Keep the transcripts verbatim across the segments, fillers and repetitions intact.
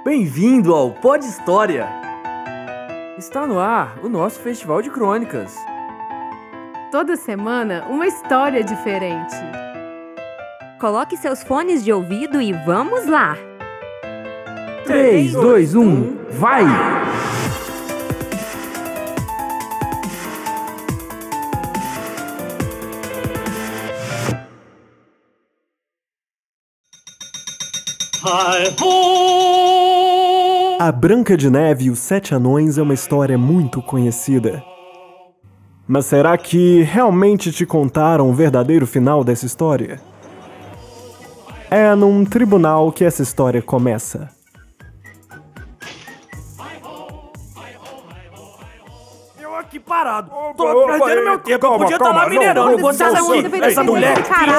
Bem-vindo ao Pod História! Está no ar o nosso festival de crônicas. Toda semana, uma história diferente. Coloque seus fones de ouvido e vamos lá! três, dois, um, vai! A Branca de Neve e os Sete Anões é uma história muito conhecida. Mas será que realmente te contaram o verdadeiro final dessa história? É num tribunal que essa história começa. Eu aqui parado, tô perdendo meu tempo, eu podia estar lá minerando, vocês aqui, essa mulher...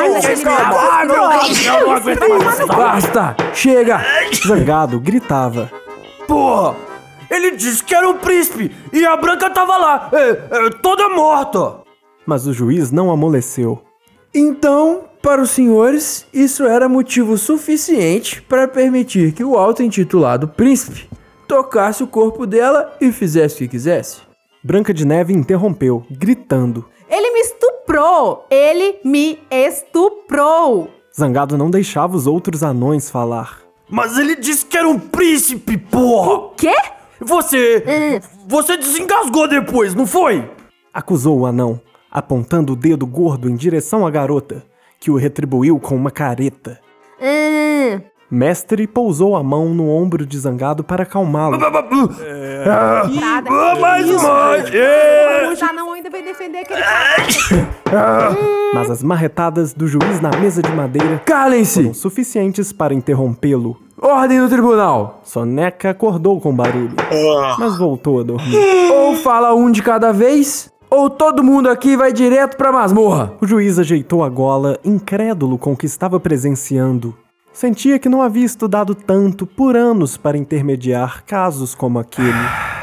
Eu não aguento mais. Basta! Chega! Zangado gritava. Porra, ele disse que era um príncipe e a Branca tava lá, é, é, toda morta. Mas o juiz não amoleceu. Então, para os senhores, isso era motivo suficiente para permitir que o auto-intitulado príncipe tocasse o corpo dela e fizesse o que quisesse? Branca de Neve interrompeu, gritando. Ele me estuprou! Ele me estuprou! Zangado não deixava os outros anões falar. Mas ele disse que era um príncipe, porra! O quê? Você... Você desengasgou depois, não foi? Acusou o anão, apontando o dedo gordo em direção à garota, que o retribuiu com uma careta. Hum. Mestre pousou a mão no ombro de Zangado para acalmá-lo. É... Prada, Ah, mais isso? mais! É... O Janão ainda vai defender aquele cara. Mas as marretadas do juiz na mesa de madeira Calem-se! foram suficientes para interrompê-lo. Ordem no tribunal! Soneca acordou com barulho, mas voltou a dormir. Ou fala um de cada vez, ou todo mundo aqui vai direto pra masmorra. O juiz ajeitou a gola, incrédulo com o que estava presenciando. Sentia que não havia estudado tanto por anos para intermediar casos como aquele.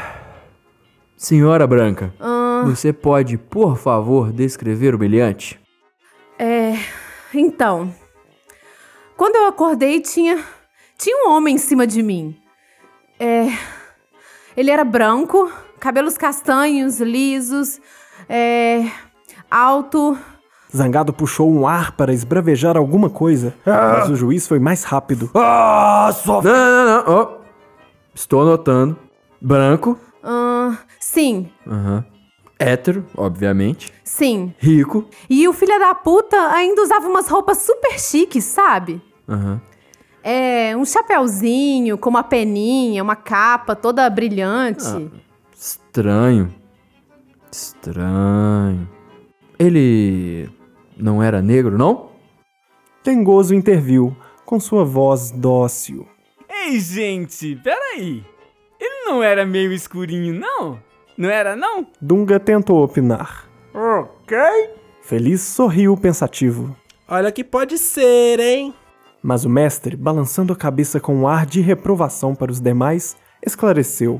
Senhora Branca, Ah, você pode, por favor, descrever o brilhante? é... Então... Quando eu acordei, tinha... Tinha um homem em cima de mim. É... Ele era branco, cabelos castanhos, lisos, é... alto... Zangado puxou um ar para esbravejar alguma coisa, mas o juiz foi mais rápido. Ah, só... Não, não, não, ó. Estou anotando. Branco. ah, sim, Aham. Hétero, obviamente. sim. Rico. E o filho da puta ainda usava umas roupas super chiques, sabe? Aham. É, um chapéuzinho com uma peninha, uma capa toda brilhante. Estranho. Estranho. Ele não era negro, não? Tengoso interviu, com sua voz dócil. Ei, gente, peraí. Ele não era meio escurinho, não? Não era, não? Dunga tentou opinar. Ok. Feliz sorriu pensativo. Olha que pode ser, hein? Mas o mestre, balançando a cabeça com um ar de reprovação para os demais, esclareceu.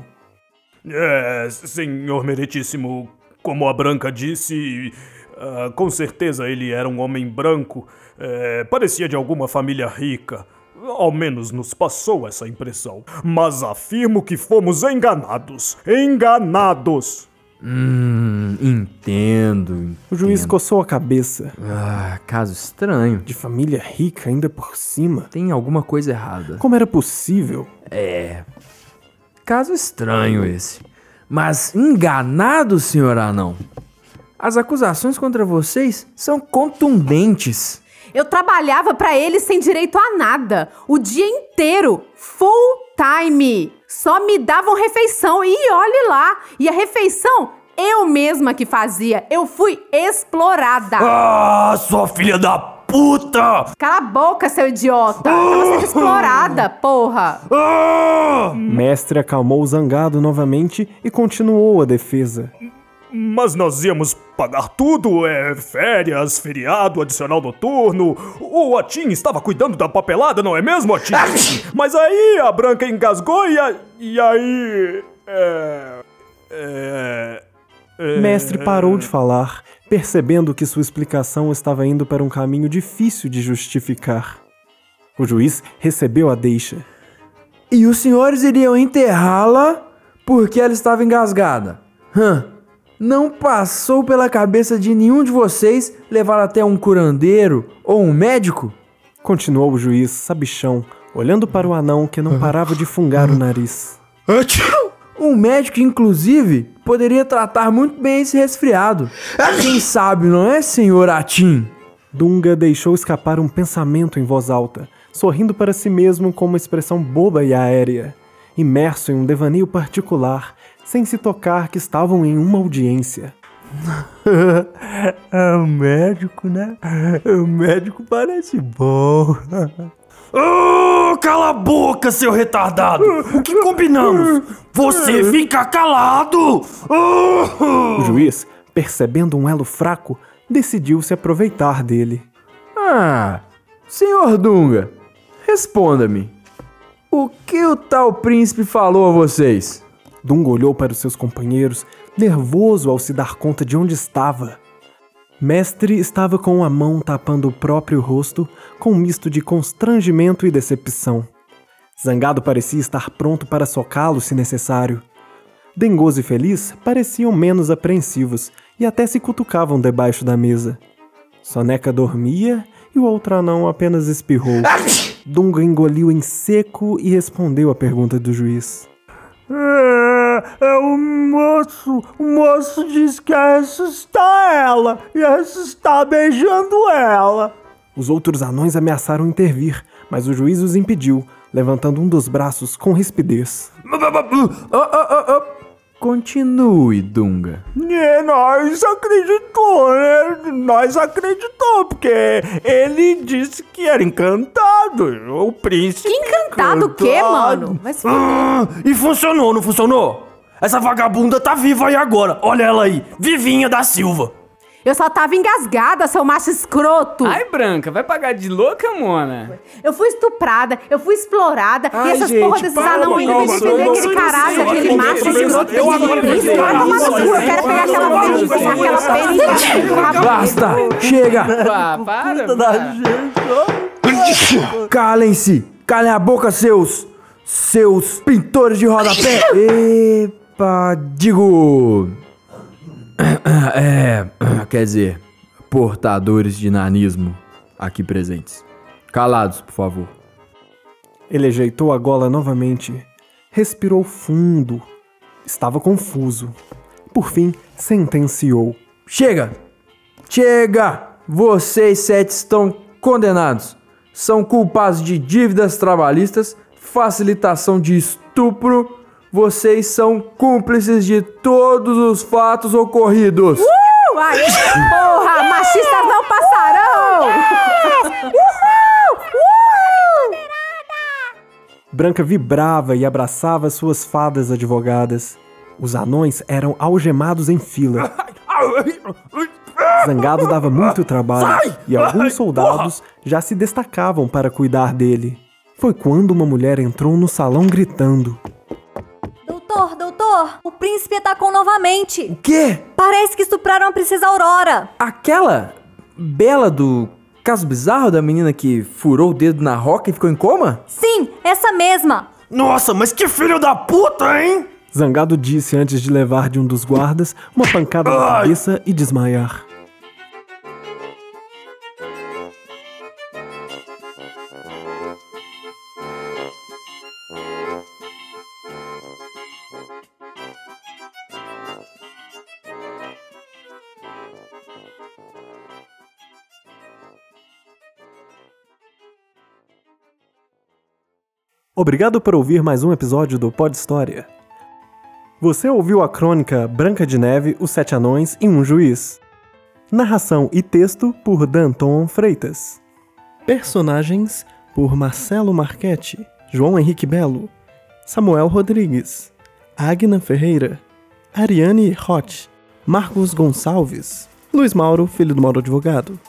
É, senhor meritíssimo, como a Branca disse... Uh, com certeza ele era um homem branco, é, parecia de alguma família rica. Ao menos nos passou essa impressão. Mas afirmo que fomos enganados. Enganados! Hum, entendo, entendo. O juiz coçou a cabeça. Ah, caso estranho. De família rica ainda por cima? Tem alguma coisa errada. Como era possível? É. Caso estranho esse. Mas enganado, senhor anão? As acusações contra vocês são contundentes. Eu trabalhava pra ele sem direito a nada, o dia inteiro, full time. Só me davam refeição e olhe lá. E a refeição eu mesma que fazia. Eu fui explorada. Ah, sua filha da puta! Cala a boca, seu idiota. Tava sendo explorada, porra. Ah! Mestre acalmou o Zangado novamente e continuou a defesa. Mas nós íamos pagar tudo, é, férias, feriado, adicional noturno. O Atim estava cuidando da papelada, não é mesmo, Atim? Mas aí a Branca engasgou e, a, e aí... É... É... é Mestre parou de falar, percebendo que sua explicação estava indo para um caminho difícil de justificar. O juiz recebeu a deixa. E os senhores iriam enterrá-la porque ela estava engasgada. Hã? Não passou pela cabeça de nenhum de vocês levá-la até um curandeiro ou um médico? Continuou o juiz, sabichão, olhando para o anão que não parava de fungar o nariz. Um médico, inclusive, poderia tratar muito bem esse resfriado. Quem sabe, não é, senhor Atim? Dunga deixou escapar um pensamento em voz alta, sorrindo para si mesmo com uma expressão boba e aérea, imerso em um devaneio particular, sem se tocar que estavam em uma audiência. É o médico, né? O médico parece bom. Oh, cala a boca, seu retardado! O que combinamos? Você fica calado! Oh! O juiz, percebendo um elo fraco, decidiu se aproveitar dele. Ah, senhor Dunga, responda-me. O que o tal príncipe falou a vocês? Dunga olhou para os seus companheiros, nervoso ao se dar conta de onde estava. Mestre estava com a mão tapando o próprio rosto, com um misto de constrangimento e decepção. Zangado parecia estar pronto para socá-lo se necessário. Dengoso e Feliz pareciam menos apreensivos e até se cutucavam debaixo da mesa. Soneca dormia e o outro anão apenas espirrou. Dunga engoliu em seco e respondeu à pergunta do juiz. É, é o moço, o moço disse que ia assustar ela, ia assustar beijando ela. Os outros anões ameaçaram intervir, mas o juiz os impediu, levantando um dos braços com rispidez. Oh, oh, oh, oh. Continue, Dunga. E nós acreditou, né? Nós acreditou, porque ele disse que era encantado. O príncipe. Que encantado o quê, mano? Vai se fuder. Ah, e funcionou, não funcionou? Essa vagabunda tá viva aí agora. Olha ela aí, Vivinha da Silva. Eu só tava engasgada, seu macho escroto. Ai, Branca, vai pagar de louca, Mona? Eu fui estuprada, eu fui explorada. Ai, e essas gente, porra desses para, anão ainda me calma, defender calma, aquele calma, caralho, calma, aquele calma, macho calma, escroto. calma, Eu calma, príncipe, vai tomar no cu. Eu quero pegar aquela pena, aquela pena. Basta! Chega! Pá, para, para. Calem-se! Calem a boca, seus... Seus pintores de rodapé! Epa, digo... É... Quer dizer... Portadores de nanismo aqui presentes. Calados, por favor. Ele ajeitou a gola novamente, respirou fundo. Estava confuso. Por fim, sentenciou. Chega! Chega! Vocês sete estão condenados. São culpados de dívidas trabalhistas, facilitação de estupro. Vocês são cúmplices de todos os fatos ocorridos. Uh! Aí, porra! Machistas não passarão! Uhul! Uhul! Branca vibrava e abraçava suas fadas advogadas. Os anões eram algemados em fila. Zangado dava muito trabalho e alguns soldados já se destacavam para cuidar dele. Foi quando uma mulher entrou no salão gritando. Doutor, doutor, o príncipe atacou novamente. O quê? Parece que estupraram a princesa Aurora. Aquela Bela do caso bizarro da menina que furou o dedo na roca e ficou em coma? Sim, essa mesma. Nossa, mas que filho da puta, hein? Zangado disse antes de levar de um dos guardas uma pancada na cabeça e desmaiar. Obrigado por ouvir mais um episódio do Pod História. Você ouviu a crônica Branca de Neve, Os Sete Anões e um Juiz. Narração e texto por Danton Freitas. Personagens por Marcelo Marchetti, João Henrique Belo, Samuel Rodrigues, Agna Ferreira, Ariane Roth, Marcos Gonçalves, Luiz Mauro, filho do Mauro Advogado.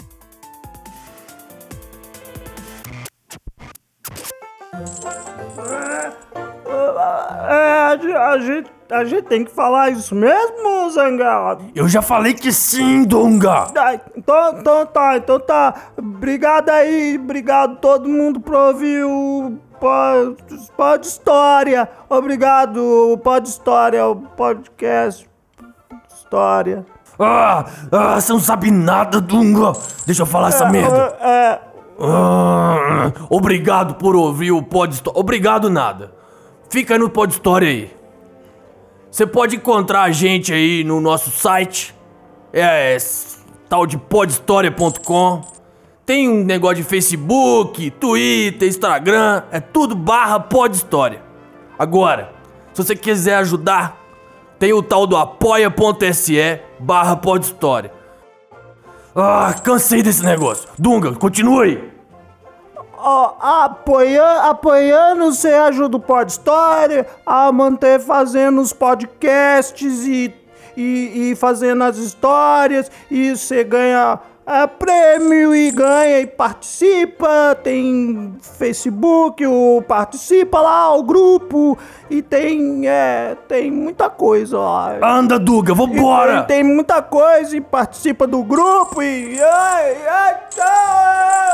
É, a, ge- a gente, a gente tem que falar isso mesmo, Zangado? Eu já falei que sim, Dunga. Ah, Então, então tá, então tá. Obrigado aí, obrigado todo mundo por ouvir o Pod, pod História. Obrigado, Pod História, o podcast História. Ah, ah, você não sabe nada, Dunga. Deixa eu falar essa É, merda. é, Ah, obrigado por ouvir o Pod História. Obrigado nada. Fica aí no Pod História aí. Você pode encontrar a gente aí no nosso site. É, é tal de pod história ponto com. Tem um negócio de Facebook, Twitter, Instagram. É tudo barra Pod História. Agora, se você quiser ajudar, tem o tal do apoia.se barra Pod História. Ah, cansei desse negócio. Dunga, continua aí. ó, apoia, apoiando, você ajuda o Pod História a manter fazendo os podcasts e, e, e fazendo as histórias. E você ganha é, prêmio e ganha e participa. Tem Facebook, o participa lá, o grupo. E tem, é, tem muita coisa lá. Anda, Dunga, vambora. Tem, tem muita coisa e participa do grupo e... Ai, ai, tchau!